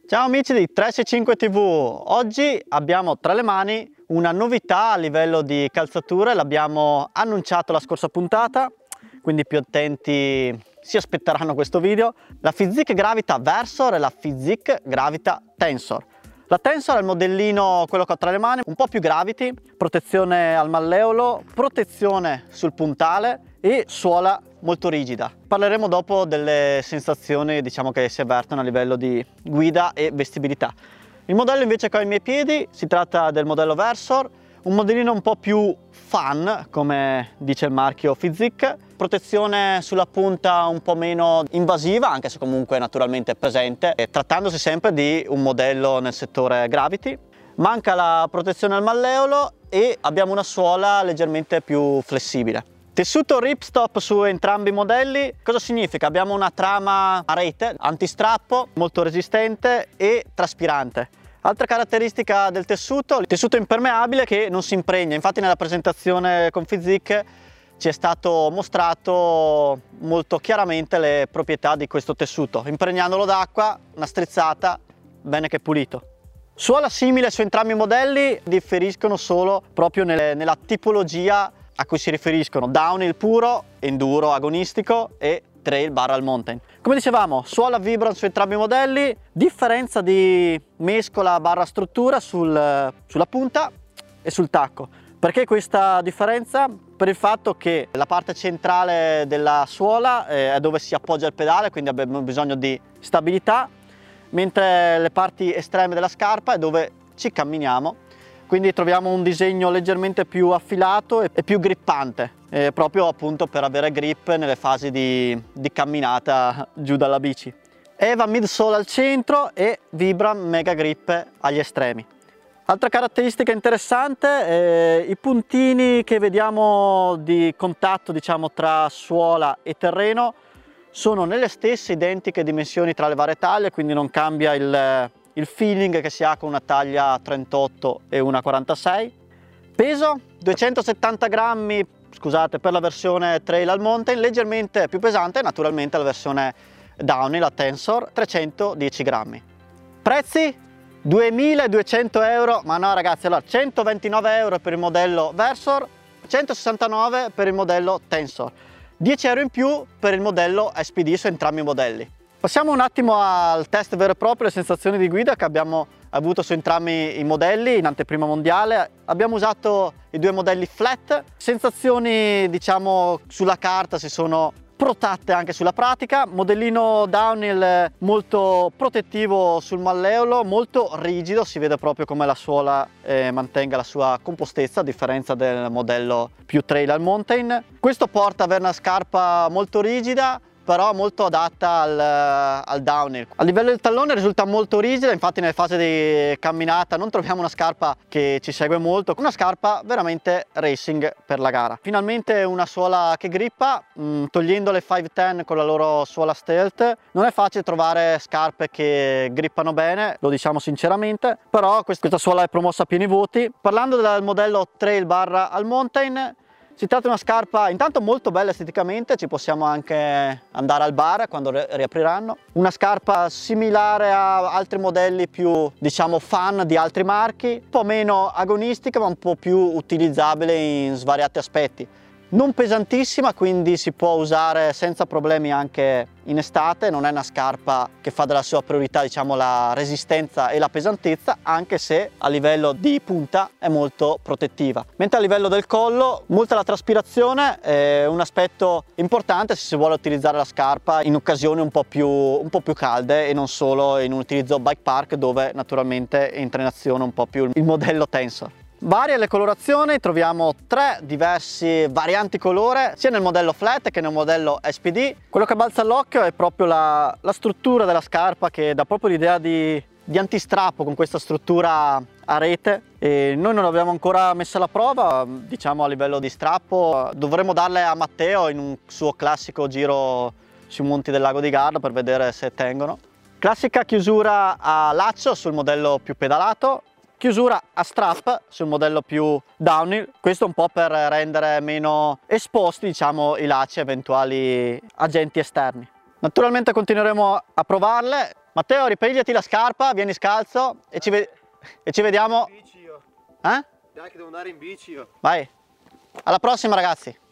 Ciao amici di 365 TV, oggi abbiamo tra le mani una novità a livello di calzature, l'abbiamo annunciato la scorsa puntata, quindi più attenti si aspetteranno questo video. La Fizik Gravita Versor e la Fizik Gravita Tensor. La Tensor è il modellino, quello che ho tra le mani, un po' più gravity, protezione al malleolo, protezione sul puntale e suola molto rigida. Parleremo dopo delle sensazioni, diciamo, che si avvertono a livello di guida e vestibilità. Il modello invece che ho ai miei piedi si tratta del modello Versor, un modellino un po' più fun, come dice il marchio Fizik, protezione sulla punta un po' meno invasiva, anche se comunque naturalmente è presente, e trattandosi sempre di un modello nel settore gravity. Manca la protezione al malleolo e abbiamo una suola leggermente più flessibile. Tessuto ripstop su entrambi i modelli. Cosa significa? Abbiamo una trama a rete, antistrappo, molto resistente e traspirante. Altra caratteristica del tessuto, il tessuto impermeabile che non si impregna. Infatti nella presentazione con Fizik ci è stato mostrato molto chiaramente le proprietà di questo tessuto. Impregnandolo d'acqua, una strizzata, bene che pulito. Suola simile su entrambi i modelli, differiscono solo proprio nella tipologia a cui si riferiscono: downhill puro, enduro agonistico e trail barra al mountain. Come dicevamo, suola Vibram su entrambi i modelli, differenza di mescola barra struttura sulla punta e sul tacco. Perché questa differenza? Per il fatto che la parte centrale della suola è dove si appoggia il pedale, quindi abbiamo bisogno di stabilità, mentre le parti estreme della scarpa è dove ci camminiamo. Quindi troviamo un disegno leggermente più affilato e più grippante, proprio appunto per avere grip nelle fasi di camminata giù dalla bici. EVA midsole al centro e Vibram Mega Grip agli estremi. Altra caratteristica interessante, i puntini che vediamo di contatto, diciamo, tra suola e terreno sono nelle stesse identiche dimensioni tra le varie taglie, quindi non cambia il feeling che si ha con una taglia 38 e una 46. Peso 270 grammi, scusate, per la versione trail al mountain, leggermente più pesante naturalmente la versione downhill, la Tensor, 310 grammi. Prezzi 2200 euro, ma no ragazzi, allora 129 euro per il modello Versor, 169 per il modello Tensor, 10 euro in più per il modello SPD su entrambi i modelli. Passiamo un attimo al test vero e proprio, le sensazioni di guida che abbiamo avuto su entrambi i modelli in anteprima mondiale. Abbiamo usato i due modelli flat, sensazioni, diciamo, sulla carta si sono protratte anche sulla pratica. Modellino downhill molto protettivo sul malleolo, molto rigido, si vede proprio come la suola mantenga la sua compostezza a differenza del modello più trail al mountain. Questo porta ad avere una scarpa molto rigida, però molto adatta al downhill. A livello del tallone risulta molto rigida, infatti nelle fasi di camminata non troviamo una scarpa che ci segue molto, una scarpa veramente racing per la gara. Finalmente una suola che grippa, togliendo le 510 con la loro suola stealth, non è facile trovare scarpe che grippano bene, lo diciamo sinceramente, però questa suola è promossa a pieni voti. Parlando del modello trail barra al mountain, si tratta di una scarpa intanto molto bella esteticamente, ci possiamo anche andare al bar quando riapriranno. Una scarpa similare a altri modelli più, diciamo, fan di altri marchi, un po' meno agonistica ma un po' più utilizzabile in svariati aspetti. Non pesantissima, quindi si può usare senza problemi anche in estate, non è una scarpa che fa della sua priorità, diciamo, la resistenza e la pesantezza, anche se a livello di punta è molto protettiva. Mentre a livello del collo, molta la traspirazione è un aspetto importante se si vuole utilizzare la scarpa in occasioni un po' più calde e non solo in un utilizzo bike park, dove naturalmente entra in azione un po' più il modello Tensor. Varie le colorazioni, troviamo tre diverse varianti colore sia nel modello flat che nel modello SPD. Quello che balza all'occhio è proprio la struttura della scarpa, che dà proprio l'idea di antistrappo con questa struttura a rete, e noi non l'abbiamo ancora messa alla prova, diciamo, a livello di strappo. Dovremo darle a Matteo in un suo classico giro sui monti del lago di Garda per vedere se tengono. Classica chiusura a laccio sul modello più pedalato, chiusura a strap sul modello più downhill, questo un po' per rendere meno esposti, diciamo, i lacci a eventuali agenti esterni. Naturalmente continueremo a provarle, Matteo, ripigliati la scarpa, vieni scalzo e ci vediamo. In bici io. Eh? Dai che devo andare in bici io. Vai. Alla prossima ragazzi.